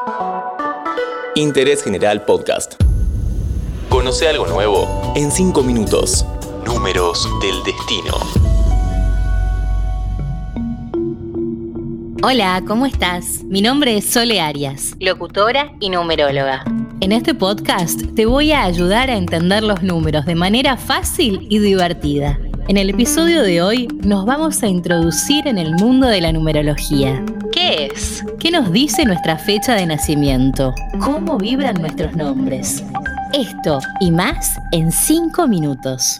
Interés General Podcast. Conoce algo nuevo en 5 minutos. Números del destino. Hola, ¿cómo estás? Mi nombre es Sole Arias, locutora y numeróloga. En este podcast te voy a ayudar a entender los números de manera fácil y divertida. En el episodio de hoy nos vamos a introducir en el mundo de la numerología. ¿Qué es? ¿Qué nos dice nuestra fecha de nacimiento? ¿Cómo vibran nuestros nombres? Esto y más en 5 minutos.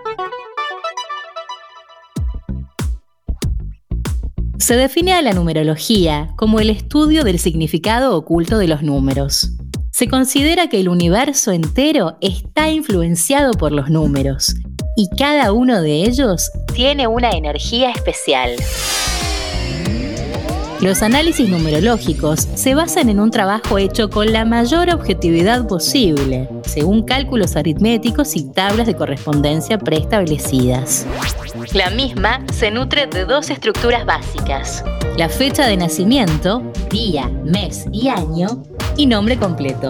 Se define a la numerología como el estudio del significado oculto de los números. Se considera que el universo entero está influenciado por los números y cada uno de ellos tiene una energía especial. Los análisis numerológicos se basan en un trabajo hecho con la mayor objetividad posible, según cálculos aritméticos y tablas de correspondencia preestablecidas. La misma se nutre de 2 estructuras básicas: la fecha de nacimiento, día, mes y año, y nombre completo.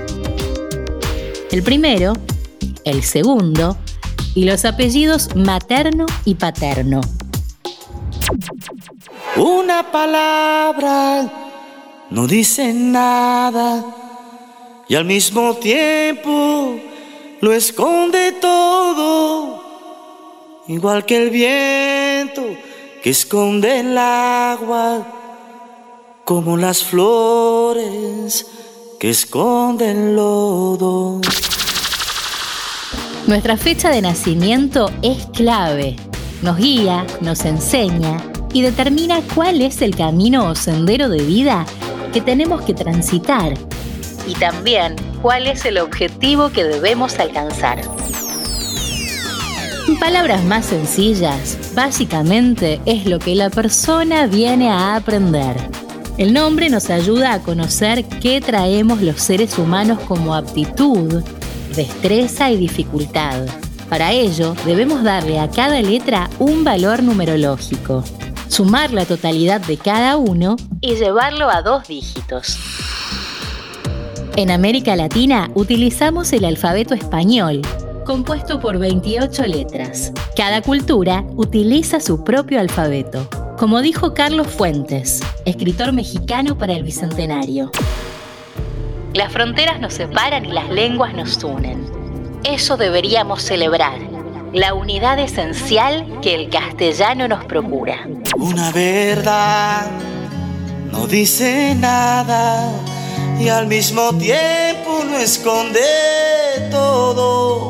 El primero, el segundo, y los apellidos materno y paterno. Una palabra no dice nada y al mismo tiempo lo esconde todo, igual que el viento que esconde el agua, como las flores que esconden el lodo. Nuestra fecha de nacimiento es clave. Nos guía, nos enseña y determina cuál es el camino o sendero de vida que tenemos que transitar y también cuál es el objetivo que debemos alcanzar. En palabras más sencillas, básicamente es lo que la persona viene a aprender. El nombre nos ayuda a conocer qué traemos los seres humanos como aptitud, destreza y dificultad. Para ello, debemos darle a cada letra un valor numerológico, sumar la totalidad de cada uno y llevarlo a 2 dígitos. En América Latina utilizamos el alfabeto español, compuesto por 28 letras. Cada cultura utiliza su propio alfabeto. Como dijo Carlos Fuentes, escritor mexicano para el Bicentenario: las fronteras nos separan y las lenguas nos unen. Eso deberíamos celebrar, la unidad esencial que el castellano nos procura. Una verdad no dice nada y al mismo tiempo lo esconde todo.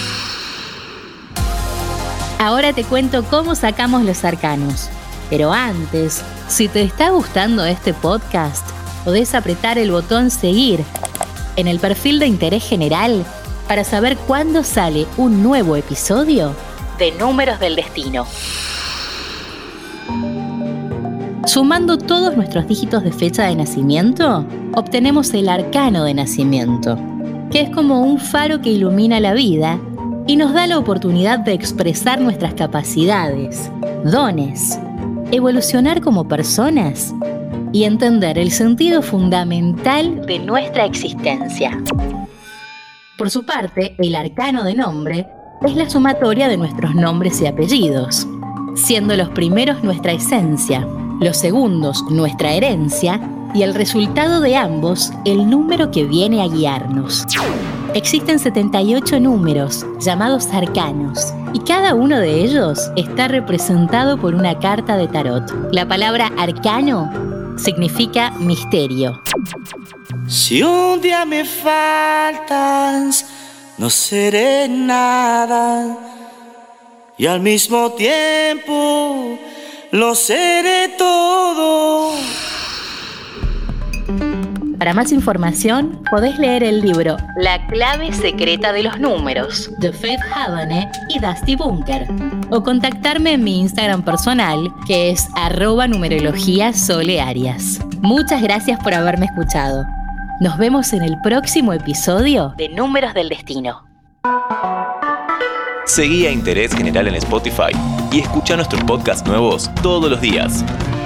Ahora te cuento cómo sacamos los arcanos. Pero antes, si te está gustando este podcast, podés apretar el botón seguir en el perfil de Interés General para saber cuándo sale un nuevo episodio de Números del Destino. Sumando todos nuestros dígitos de fecha de nacimiento, obtenemos el arcano de nacimiento, que es como un faro que ilumina la vida y nos da la oportunidad de expresar nuestras capacidades, dones, evolucionar como personas y entender el sentido fundamental de nuestra existencia. Por su parte, el arcano de nombre es la sumatoria de nuestros nombres y apellidos, siendo los primeros nuestra esencia, los segundos nuestra herencia y el resultado de ambos el número que viene a guiarnos. Existen 78 números llamados arcanos y cada uno de ellos está representado por una carta de tarot. La palabra arcano significa misterio. Si un día me faltas, no seré nada y al mismo tiempo lo seré todo. Para más información, podés leer el libro La clave secreta de los números, de Faith Havane y Dusty Bunker, o contactarme en mi Instagram personal, que es @numerologiasolearias. Muchas gracias por haberme escuchado. Nos vemos en el próximo episodio de Números del Destino. Seguí a Interés General en Spotify y escucha nuestros podcasts nuevos todos los días.